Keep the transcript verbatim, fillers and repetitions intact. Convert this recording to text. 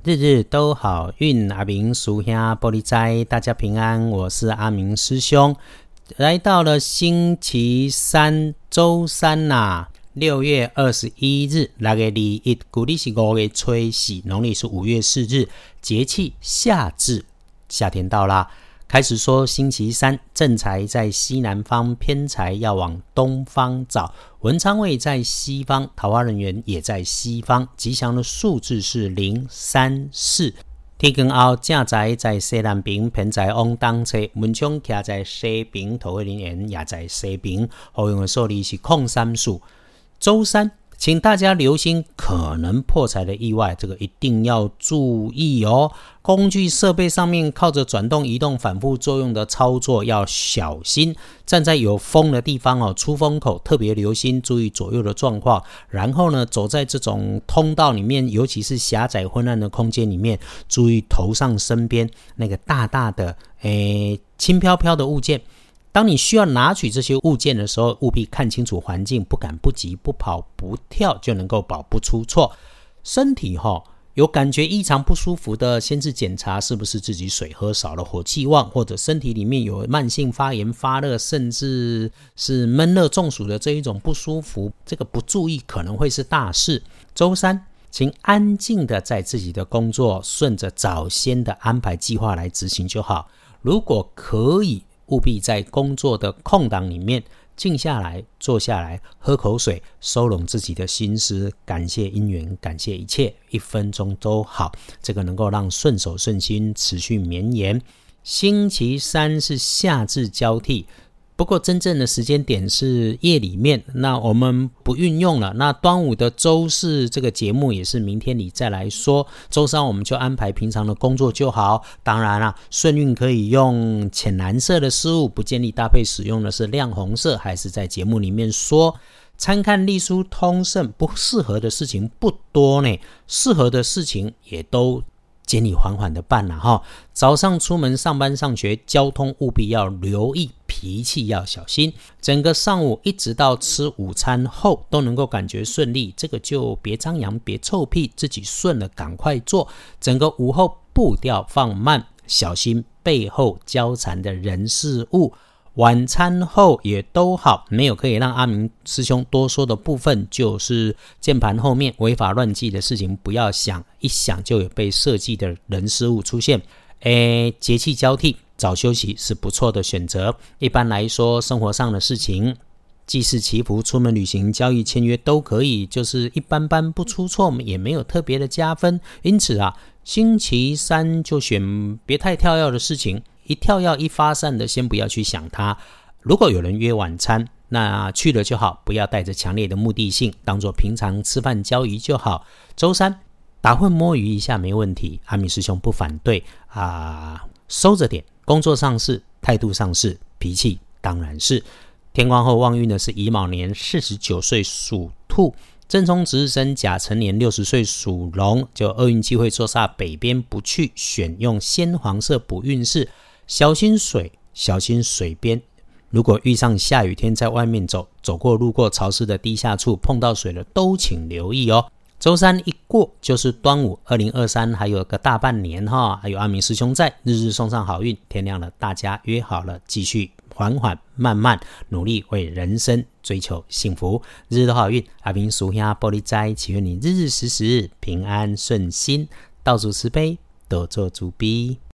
日日都好运，阿明叔兄玻璃斋，大家平安，我是阿明师兄。来到了星期三，周三啦，六月二十一日，六月二十一，古历是五月初四，农历是五月四日，节气夏至，夏天到啦。开始说星期三，正财在西南方，偏财要往东方找，文昌位在西方，桃花人缘也在西方，吉祥的数字是零三四。天光后，正财在西南边，偏财往东侧，文昌徛在西边，桃花人缘也在西边，好用的数字是空三数。周三，请大家留心可能破财的意外，这个一定要注意哦。工具设备上面靠着转动、移动、反复作用的操作要小心。站在有风的地方哦，出风口特别留心，注意左右的状况。然后呢，走在这种通道里面，尤其是狭窄昏暗的空间里面，注意头上身边那个大大的、诶轻飘飘的物件。当你需要拿取这些物件的时候，务必看清楚环境，不赶不急，不跑不跳，就能够保不出错。身体齁有感觉异常不舒服的，先是检查是不是自己水喝少了，火气旺，或者身体里面有慢性发炎发热，甚至是闷热中暑的这一种不舒服，这个不注意可能会是大事。周三，请安静的在自己的工作顺着早先的安排计划来执行就好。如果可以，务必在工作的空档里面静下来，坐下来，喝口水，收拢自己的心思，感谢因缘，感谢一切，一分钟都好，这个能够让顺手顺心持续绵延。星期三是夏至交替，不过真正的时间点是夜里面，那我们不运用了。那端午的周四这个节目也是明天你再来说，周三我们就安排平常的工作就好。当然啦，顺运可以用浅蓝色的事物，不建议搭配使用的是亮红色，还是在节目里面说。参看隶书通胜，不适合的事情不多呢，适合的事情也都建议缓缓的办啦齁。早上出门上班上学，交通务必要留意，脾气要小心。整个上午一直到吃午餐后都能够感觉顺利，这个就别张扬，别臭屁，自己顺了赶快做。整个午后步调放慢，小心背后交缠的人事物。晚餐后也都好，没有可以让阿明师兄多说的部分，就是键盘后面违法乱纪的事情不要想，一想就有被设计的人事物出现。诶，节气交替，早休息是不错的选择。一般来说，生活上的事情，祭祀祈福、出门旅行、交易签约都可以，就是一般般不出错，也没有特别的加分。因此啊，星期三就选别太跳跃的事情，一跳跃一发散的先不要去想它。如果有人约晚餐，那去了就好，不要带着强烈的目的性，当作平常吃饭交谊就好。周三打混摸鱼一下没问题，阿明师兄不反对啊，收着点。工作上是，态度上是，脾气当然是。天光后旺运的是乙卯年四十九岁属兔，正冲值日生甲辰年六十岁属龙，就厄运机会坐煞北边不去，选用鲜黄色补运势，小心水，小心水边。如果遇上下雨天在外面走，走过路过潮湿的低下处碰到水了，都请留意哦。周三一过就是端午，二零二三还有个大半年哈，还有阿明师兄在，日日送上好运。天亮了，大家约好了，继续缓缓慢慢努力为人生追求幸福，日日都好运。阿明叔兄玻璃斋，祈愿你日日时时平安顺心，道主慈悲，多做主逼。